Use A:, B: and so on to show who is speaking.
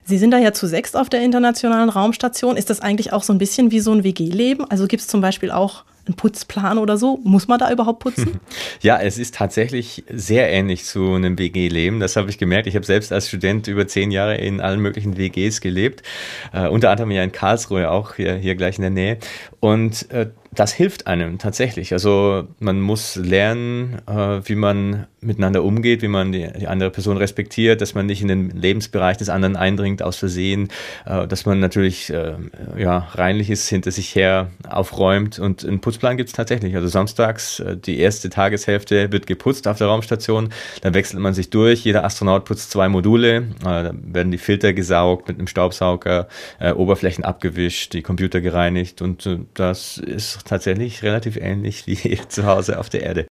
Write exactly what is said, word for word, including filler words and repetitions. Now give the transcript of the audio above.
A: Sie sind da ja zu sechst auf der Internationalen Raumstation. Ist das eigentlich auch so ein bisschen wie so ein W G-Leben? Also gibt es zum Beispiel auch einen Putzplan oder so? Muss man da überhaupt putzen?
B: Ja, es ist tatsächlich sehr ähnlich zu einem W G-Leben. Das habe ich gemerkt. Ich habe selbst als Student über zehn Jahre in allen möglichen W Gs gelebt. Äh, unter anderem ja in Karlsruhe auch, hier, hier gleich in der Nähe. Und äh, das hilft einem tatsächlich. Also man muss lernen, äh, wie man miteinander umgeht, wie man die, die andere Person respektiert, dass man nicht in den Lebensbereich des anderen eindringt aus Versehen, äh, dass man natürlich äh, ja, Reinliches hinter sich her aufräumt. Und einen Putzplan gibt es tatsächlich. Also samstags, äh, die erste Tageshälfte wird geputzt auf der Raumstation, dann wechselt man sich durch, jeder Astronaut putzt zwei Module, äh, dann werden die Filter gesaugt mit einem Staubsauger, äh, Oberflächen abgewischt, die Computer gereinigt und äh, das ist tatsächlich relativ ähnlich wie zu Hause auf der Erde.